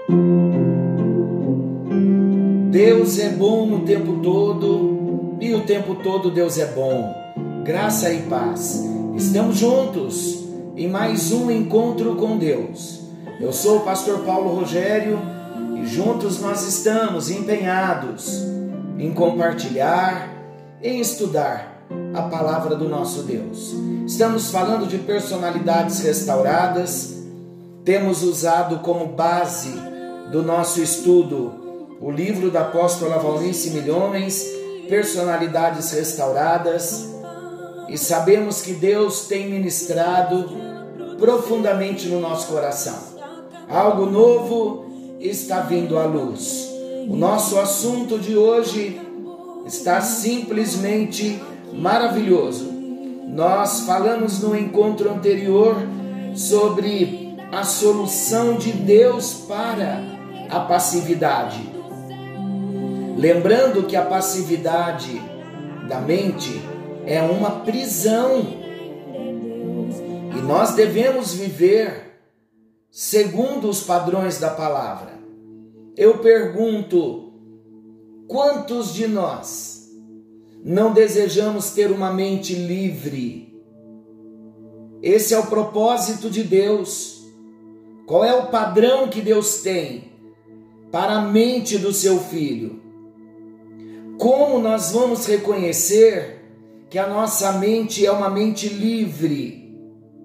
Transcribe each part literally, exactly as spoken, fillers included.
Deus é bom no tempo todo e o tempo todo Deus é bom. Graça e paz. Estamos juntos em mais um encontro com Deus. Eu sou o pastor Paulo Rogério e juntos nós estamos empenhados em compartilhar, em estudar a palavra do nosso Deus. Estamos falando de personalidades restauradas. Temos usado como base do nosso estudo o livro da apóstola Valnice Milhomens, Personalidades Restauradas, e sabemos que Deus tem ministrado profundamente no nosso coração. Algo novo está vindo à luz. O nosso assunto de hoje está simplesmente maravilhoso. Nós falamos no encontro anterior sobre a solução de Deus para a passividade. Lembrando que a passividade da mente é uma prisão e nós devemos viver segundo os padrões da palavra. Eu pergunto, quantos de nós não desejamos ter uma mente livre? Esse é o propósito de Deus. Qual é o padrão que Deus tem para a mente do seu filho? Como nós vamos reconhecer que a nossa mente é uma mente livre?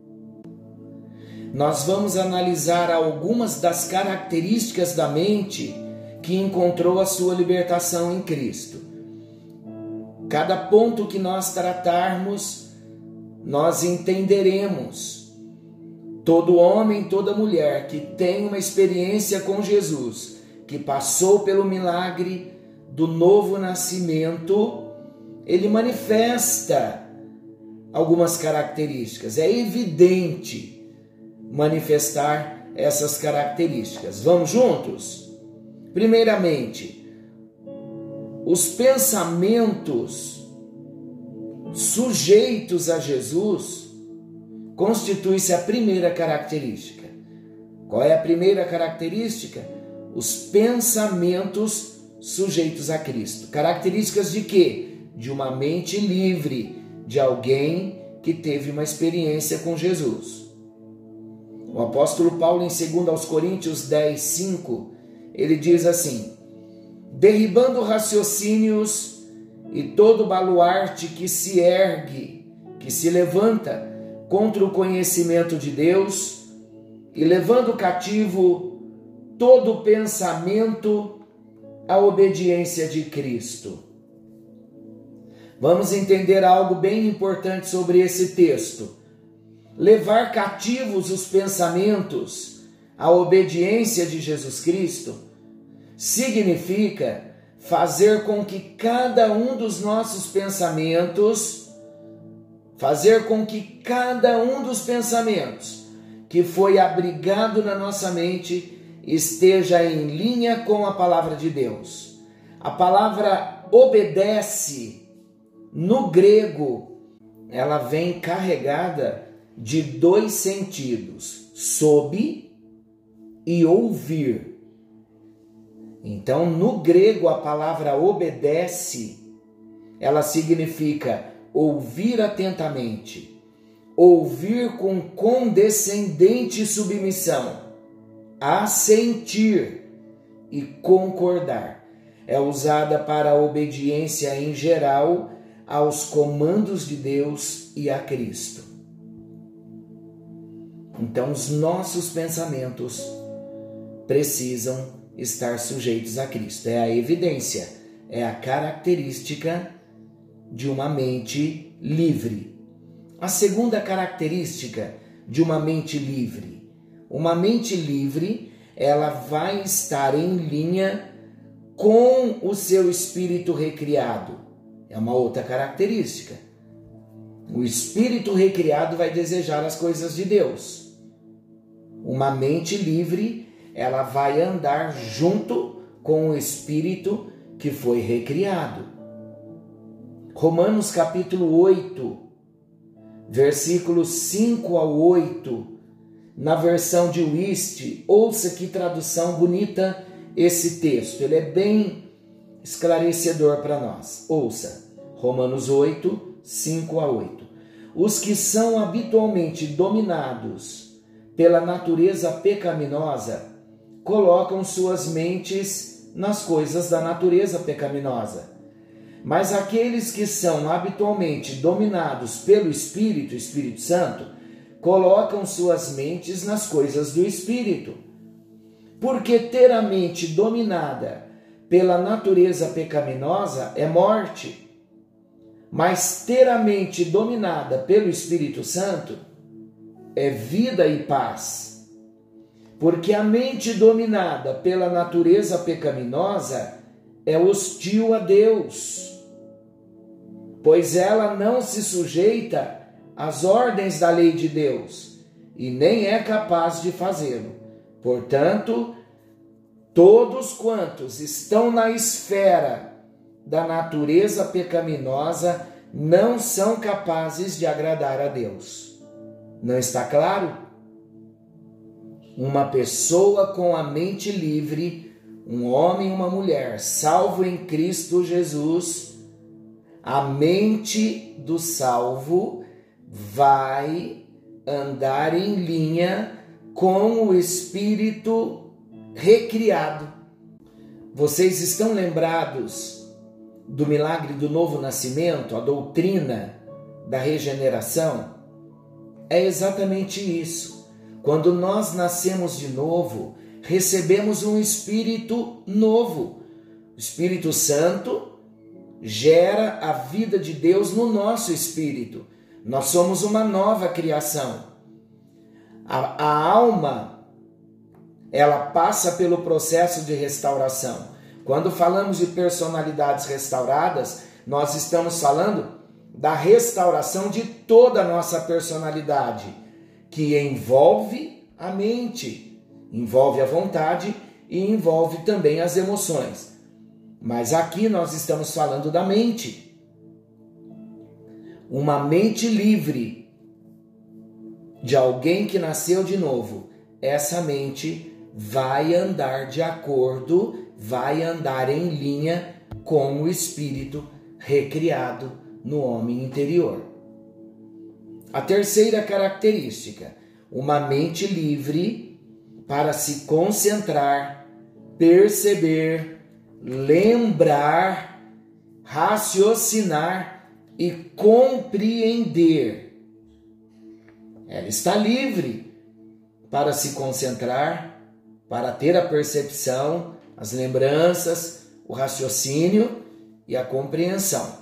Nós vamos analisar algumas das características da mente que encontrou a sua libertação em Cristo. Cada ponto que nós tratarmos, nós entenderemos. Todo homem, toda mulher que tem uma experiência com Jesus, que passou pelo milagre do novo nascimento, ele manifesta algumas características. É evidente manifestar essas características. Vamos juntos? Primeiramente, os pensamentos sujeitos a Jesus constitui-se a primeira característica. Qual é a primeira característica? Os pensamentos sujeitos a Cristo. Características de quê? De uma mente livre, de alguém que teve uma experiência com Jesus. O apóstolo Paulo, em dois aos Coríntios dez, cinco, ele diz assim: derribando raciocínios e todo baluarte que se ergue, que se levanta contra o conhecimento de Deus, e levando cativo todo pensamento à obediência de Cristo. Vamos entender algo bem importante sobre esse texto. Levar cativos os pensamentos à obediência de Jesus Cristo significa fazer com que cada um dos nossos pensamentos, fazer com que cada um dos pensamentos que foi abrigado na nossa mente esteja em linha com a palavra de Deus. A palavra obedece, no grego, ela vem carregada de dois sentidos: sob e ouvir. Então, no grego, a palavra obedece, ela significa ouvir atentamente, ouvir com condescendente submissão, assentir e concordar. É usada para a obediência em geral aos comandos de Deus e a Cristo. Então, os nossos pensamentos precisam estar sujeitos a Cristo. É a evidência, é a característica de uma mente livre. A segunda característica de uma mente livre: uma mente livre, ela vai estar em linha com o seu espírito recriado. É uma outra característica. O espírito recriado vai desejar as coisas de Deus. Uma mente livre, ela vai andar junto com o espírito que foi recriado. Romanos capítulo oito, versículos cinco ao oito, na versão de Wuest, ouça que tradução bonita esse texto. Ele é bem esclarecedor para nós. Ouça, Romanos oito, cinco a oito. Os que são habitualmente dominados pela natureza pecaminosa colocam suas mentes nas coisas da natureza pecaminosa. Mas aqueles que são habitualmente dominados pelo Espírito, Espírito Santo, colocam suas mentes nas coisas do Espírito. Porque ter a mente dominada pela natureza pecaminosa é morte, mas ter a mente dominada pelo Espírito Santo é vida e paz. Porque a mente dominada pela natureza pecaminosa é hostil a Deus, pois ela não se sujeita às ordens da lei de Deus e nem é capaz de fazê-lo. Portanto, todos quantos estão na esfera da natureza pecaminosa não são capazes de agradar a Deus. Não está claro? Uma pessoa com a mente livre, um homem e uma mulher, salvo em Cristo Jesus, a mente do salvo vai andar em linha com o Espírito recriado. Vocês estão lembrados do milagre do novo nascimento, a doutrina da regeneração? É exatamente isso. Quando nós nascemos de novo, recebemos um Espírito novo. O Espírito Santo gera a vida de Deus no nosso espírito. Nós somos uma nova criação. A, a alma, ela passa pelo processo de restauração. Quando falamos de personalidades restauradas, nós estamos falando da restauração de toda a nossa personalidade, que envolve a mente, envolve a vontade e envolve também as emoções. Mas aqui nós estamos falando da mente. Uma mente livre de alguém que nasceu de novo. Essa mente vai andar de acordo, vai andar em linha com o Espírito recriado no homem interior. A terceira característica, uma mente livre para se concentrar, perceber, lembrar, raciocinar e compreender. Ela está livre para se concentrar, para ter a percepção, as lembranças, o raciocínio e a compreensão.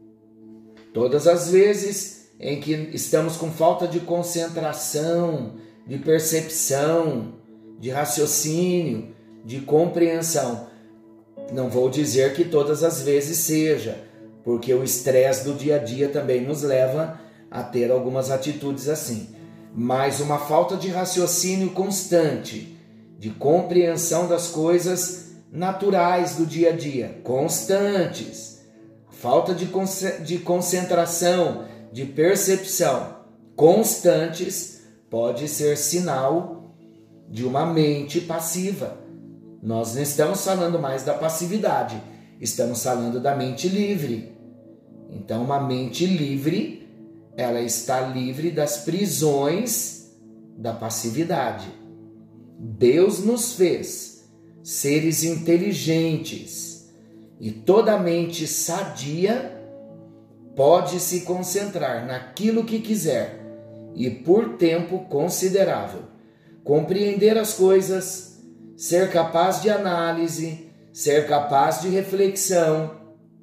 Todas as vezes em que estamos com falta de concentração, de percepção, de raciocínio, de compreensão, não vou dizer que todas as vezes seja, porque o estresse do dia a dia também nos leva a ter algumas atitudes assim. Mas uma falta de raciocínio constante, de compreensão das coisas naturais do dia a dia, constantes, falta de, de concentração, de percepção, constantes, pode ser sinal de uma mente passiva. Nós não estamos falando mais da passividade, estamos falando da mente livre. Então, uma mente livre, ela está livre das prisões da passividade. Deus nos fez seres inteligentes e toda mente sadia pode se concentrar naquilo que quiser e por tempo considerável, compreender as coisas, ser capaz de análise, ser capaz de reflexão,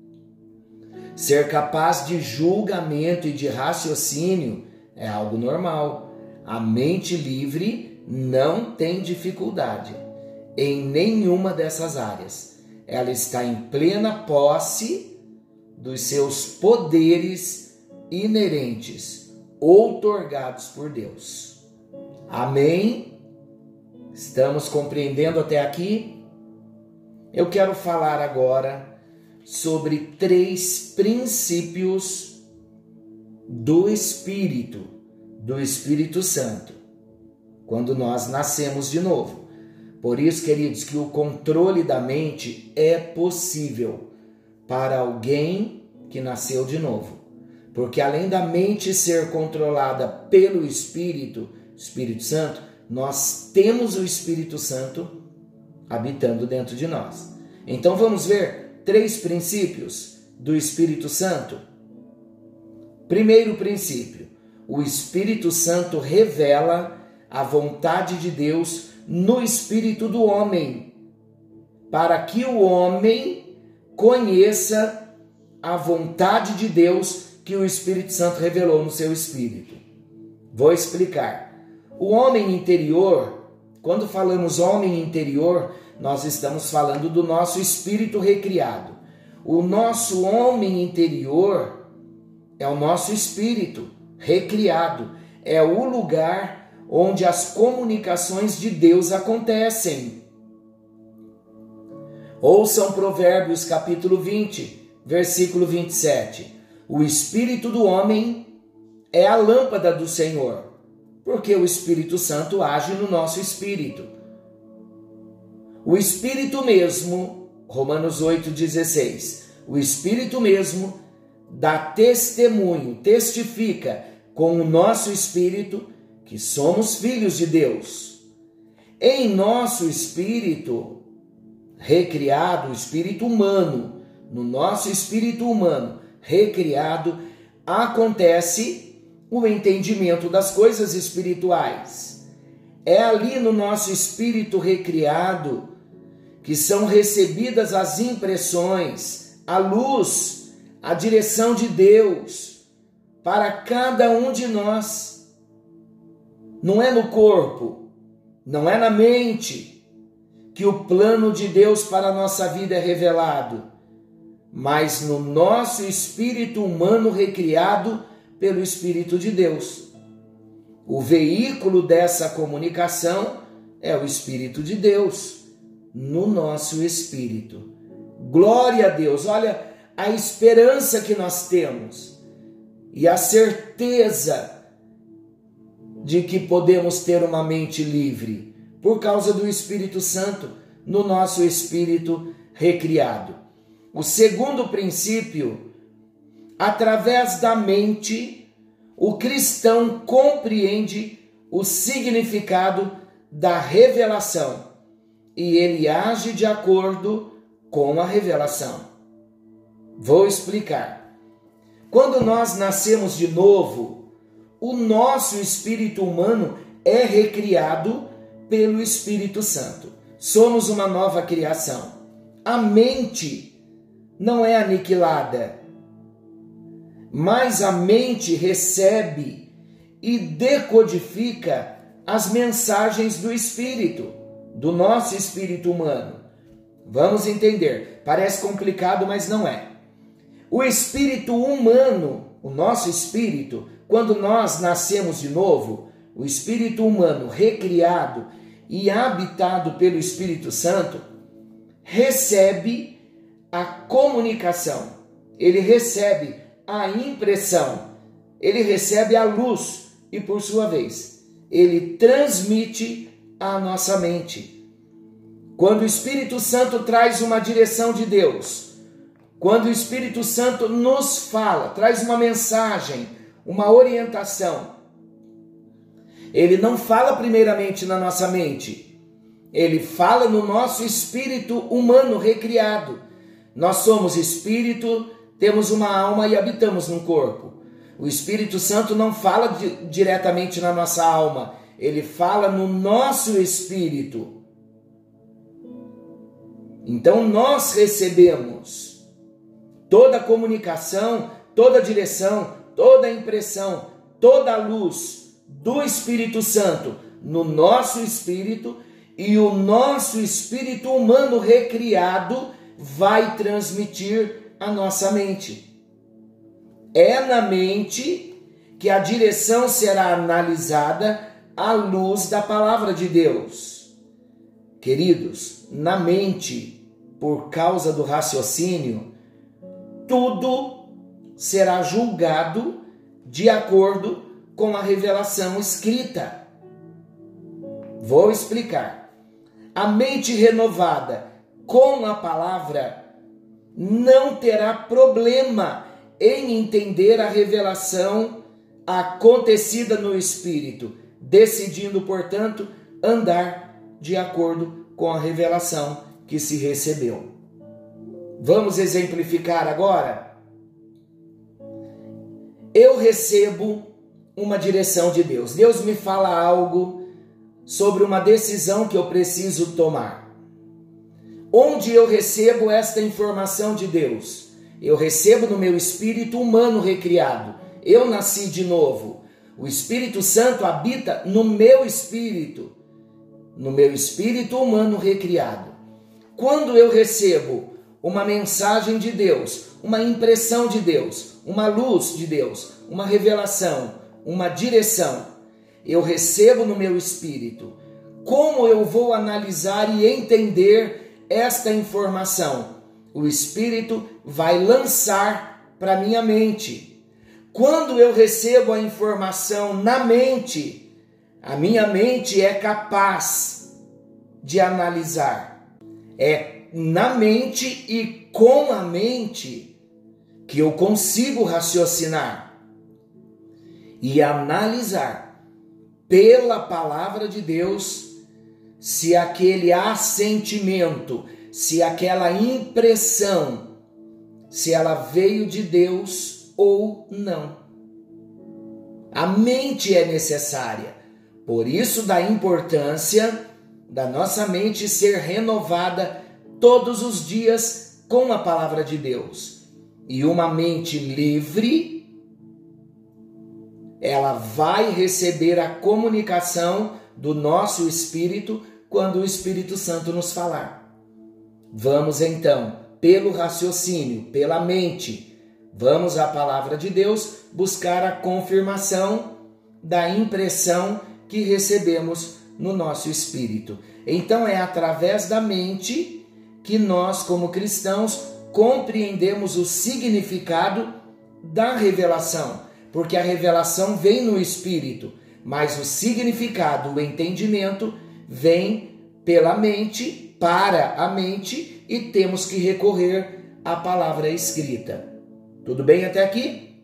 ser capaz de julgamento e de raciocínio é algo normal. A mente livre não tem dificuldade em nenhuma dessas áreas. Ela está em plena posse dos seus poderes inerentes, outorgados por Deus. Amém? Estamos compreendendo até aqui? Eu quero falar agora sobre três princípios do Espírito, do Espírito Santo. quando nós nascemos de novo. Por isso, queridos, que o controle da mente é possível para alguém que nasceu de novo. Porque além da mente ser controlada pelo Espírito, Espírito Santo, nós temos o Espírito Santo habitando dentro de nós. Então vamos ver três princípios do Espírito Santo. Primeiro princípio: o Espírito Santo revela a vontade de Deus no espírito do homem, para que o homem conheça a vontade de Deus que o Espírito Santo revelou no seu espírito. Vou explicar. O homem interior, quando falamos homem interior, nós estamos falando do nosso espírito recriado. O nosso homem interior é o nosso espírito recriado, é o lugar onde as comunicações de Deus acontecem. Ouçam Provérbios capítulo vinte, versículo vinte e sete. O espírito do homem é a lâmpada do Senhor, porque o Espírito Santo age no nosso espírito. O Espírito mesmo, Romanos oito, dezesseis, o Espírito mesmo dá testemunho, testifica com o nosso espírito que somos filhos de Deus. Em nosso espírito recriado, espírito humano, no nosso espírito humano recriado, acontece o entendimento das coisas espirituais. É ali no nosso espírito recriado que são recebidas as impressões, a luz, a direção de Deus para cada um de nós. Não é no corpo, não é na mente que o plano de Deus para a nossa vida é revelado, mas no nosso espírito humano recriado pelo Espírito de Deus. O veículo dessa comunicação é o Espírito de Deus, no nosso espírito. Glória a Deus! Olha a esperança que nós temos e a certeza de que podemos ter uma mente livre por causa do Espírito Santo no nosso espírito recriado. O segundo princípio: através da mente, o cristão compreende o significado da revelação e ele age de acordo com a revelação. Vou explicar. Quando nós nascemos de novo, o nosso espírito humano é recriado pelo Espírito Santo. Somos uma nova criação. A mente não é aniquilada, mas a mente recebe e decodifica as mensagens do Espírito, do nosso espírito humano. Vamos entender. Parece complicado, mas não é. O espírito humano, o nosso espírito, quando nós nascemos de novo, o espírito humano recriado e habitado pelo Espírito Santo, recebe a comunicação, ele recebe a impressão, ele recebe a luz e, por sua vez, ele transmite à nossa mente. Quando o Espírito Santo traz uma direção de Deus, quando o Espírito Santo nos fala, traz uma mensagem, uma orientação, ele não fala primeiramente na nossa mente, ele fala no nosso espírito humano recriado. Nós somos espírito, temos uma alma e habitamos num corpo. O Espírito Santo não fala di- diretamente na nossa alma, ele fala no nosso espírito. Então nós recebemos toda a comunicação, toda a direção, toda a impressão, toda a luz do Espírito Santo no nosso espírito, e o nosso espírito humano recriado vai transmitir à nossa mente. É na mente que a direção será analisada à luz da palavra de Deus. Queridos, na mente, por causa do raciocínio, tudo será julgado de acordo com a revelação escrita. Vou explicar. A mente renovada com a palavra não terá problema em entender a revelação acontecida no Espírito, decidindo, portanto, andar de acordo com a revelação que se recebeu. Vamos exemplificar agora? Eu recebo uma direção de Deus. Deus me fala algo sobre uma decisão que eu preciso tomar. Onde eu recebo esta informação de Deus? Eu recebo no meu espírito humano recriado. Eu nasci de novo. O Espírito Santo habita no meu espírito, no meu espírito humano recriado. Quando eu recebo uma mensagem de Deus, uma impressão de Deus, uma luz de Deus, uma revelação, uma direção, eu recebo no meu espírito. Como eu vou analisar e entender esta informação? O Espírito vai lançar para minha mente. Quando eu recebo a informação na mente, a minha mente é capaz de analisar. É na mente e com a mente que eu consigo raciocinar e analisar pela palavra de Deus se aquele assentimento, se aquela impressão, se ela veio de Deus ou não. A mente é necessária, por isso da importância da nossa mente ser renovada todos os dias com a palavra de Deus. E uma mente livre, ela vai receber a comunicação do nosso espírito quando o Espírito Santo nos falar. Vamos então, pelo raciocínio, pela mente, vamos à palavra de Deus buscar a confirmação da impressão que recebemos no nosso espírito. Então é através da mente que nós, como cristãos, compreendemos o significado da revelação, porque a revelação vem no Espírito, mas o significado, o entendimento, vem pela mente, para a mente, e temos que recorrer à palavra escrita. Tudo bem até aqui?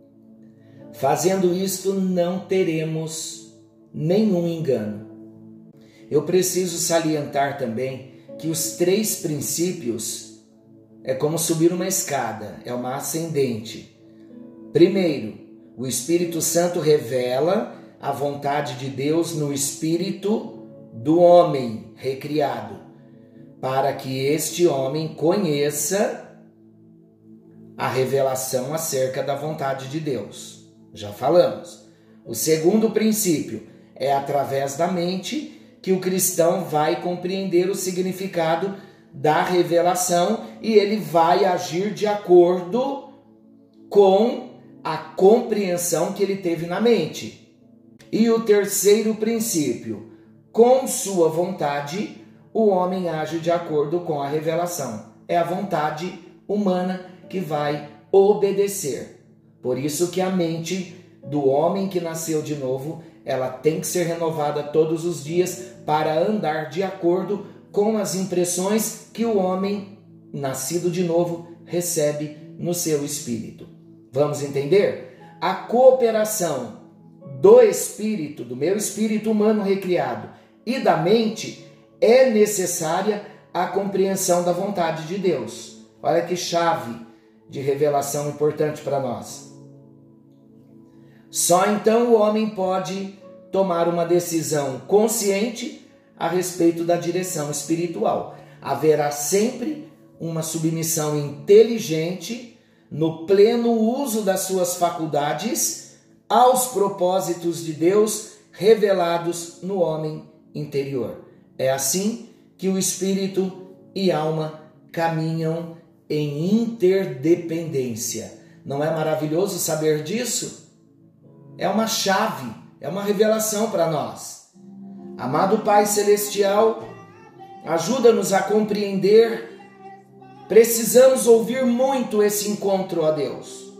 Fazendo isto, não teremos nenhum engano. Eu preciso salientar também que os três princípios é como subir uma escada, é uma ascendente. Primeiro, o Espírito Santo revela a vontade de Deus no espírito do homem recriado, para que este homem conheça a revelação acerca da vontade de Deus. Já falamos. O segundo princípio é através da mente que o cristão vai compreender o significado da revelação e ele vai agir de acordo com a compreensão que ele teve na mente. E o terceiro princípio, com sua vontade, o homem age de acordo com a revelação. É a vontade humana que vai obedecer. Por isso que a mente do homem que nasceu de novo, ela tem que ser renovada todos os dias para andar de acordo com as impressões que o homem nascido de novo recebe no seu espírito. Vamos entender? A cooperação do espírito, do meu espírito humano recriado e da mente é necessária à compreensão da vontade de Deus. Olha que chave de revelação importante para nós. Só então o homem pode tomar uma decisão consciente a respeito da direção espiritual. Haverá sempre uma submissão inteligente no pleno uso das suas faculdades aos propósitos de Deus revelados no homem interior. É assim que o espírito e alma caminham em interdependência. Não é maravilhoso saber disso? É uma chave, é uma revelação para nós. Amado Pai Celestial, ajuda-nos a compreender. Precisamos ouvir muito esse encontro a Deus.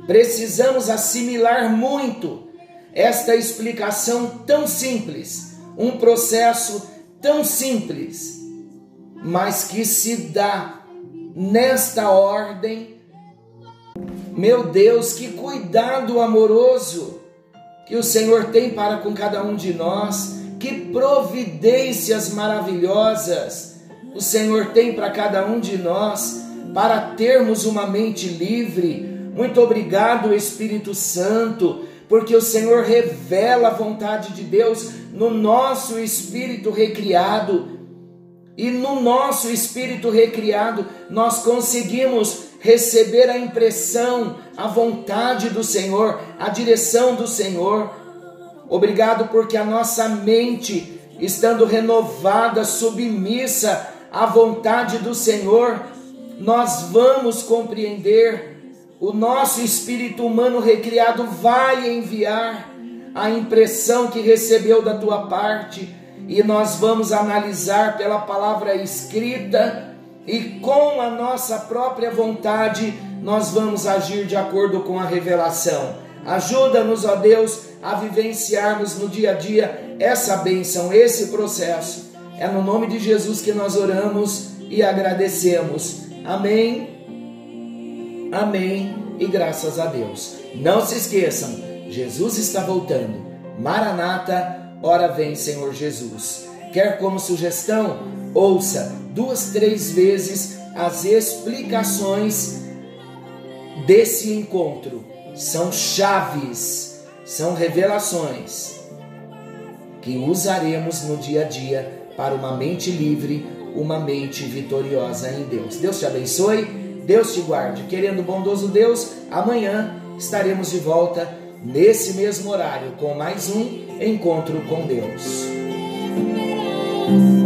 Precisamos assimilar muito esta explicação tão simples. um processo tão simples, mas que se dá nesta ordem. Meu Deus, que cuidado amoroso que o Senhor tem para com cada um de nós, que providências maravilhosas o Senhor tem para cada um de nós, para termos uma mente livre. Muito obrigado, Espírito Santo, porque o Senhor revela a vontade de Deus no nosso espírito recriado. E no nosso espírito recriado, nós conseguimos receber a impressão, a vontade do Senhor, a direção do Senhor. Obrigado porque a nossa mente, estando renovada, submissa à vontade do Senhor, nós vamos compreender. O nosso espírito humano recriado vai enviar a impressão que recebeu da tua parte, e nós vamos analisar pela palavra escrita, e com a nossa própria vontade nós vamos agir de acordo com a revelação. Ajuda-nos, ó Deus, a vivenciarmos no dia a dia essa bênção, esse processo. É no nome de Jesus que nós oramos e agradecemos. Amém, amém e graças a Deus. Não se esqueçam, Jesus está voltando. Maranata, ora vem, Senhor Jesus. Quer como sugestão? Ouça duas, três vezes as explicações desse encontro. São chaves, são revelações que usaremos no dia a dia para uma mente livre, uma mente vitoriosa em Deus. Deus te abençoe, Deus te guarde. Querendo o bondoso Deus, amanhã estaremos de volta nesse mesmo horário com mais um Encontro com Deus.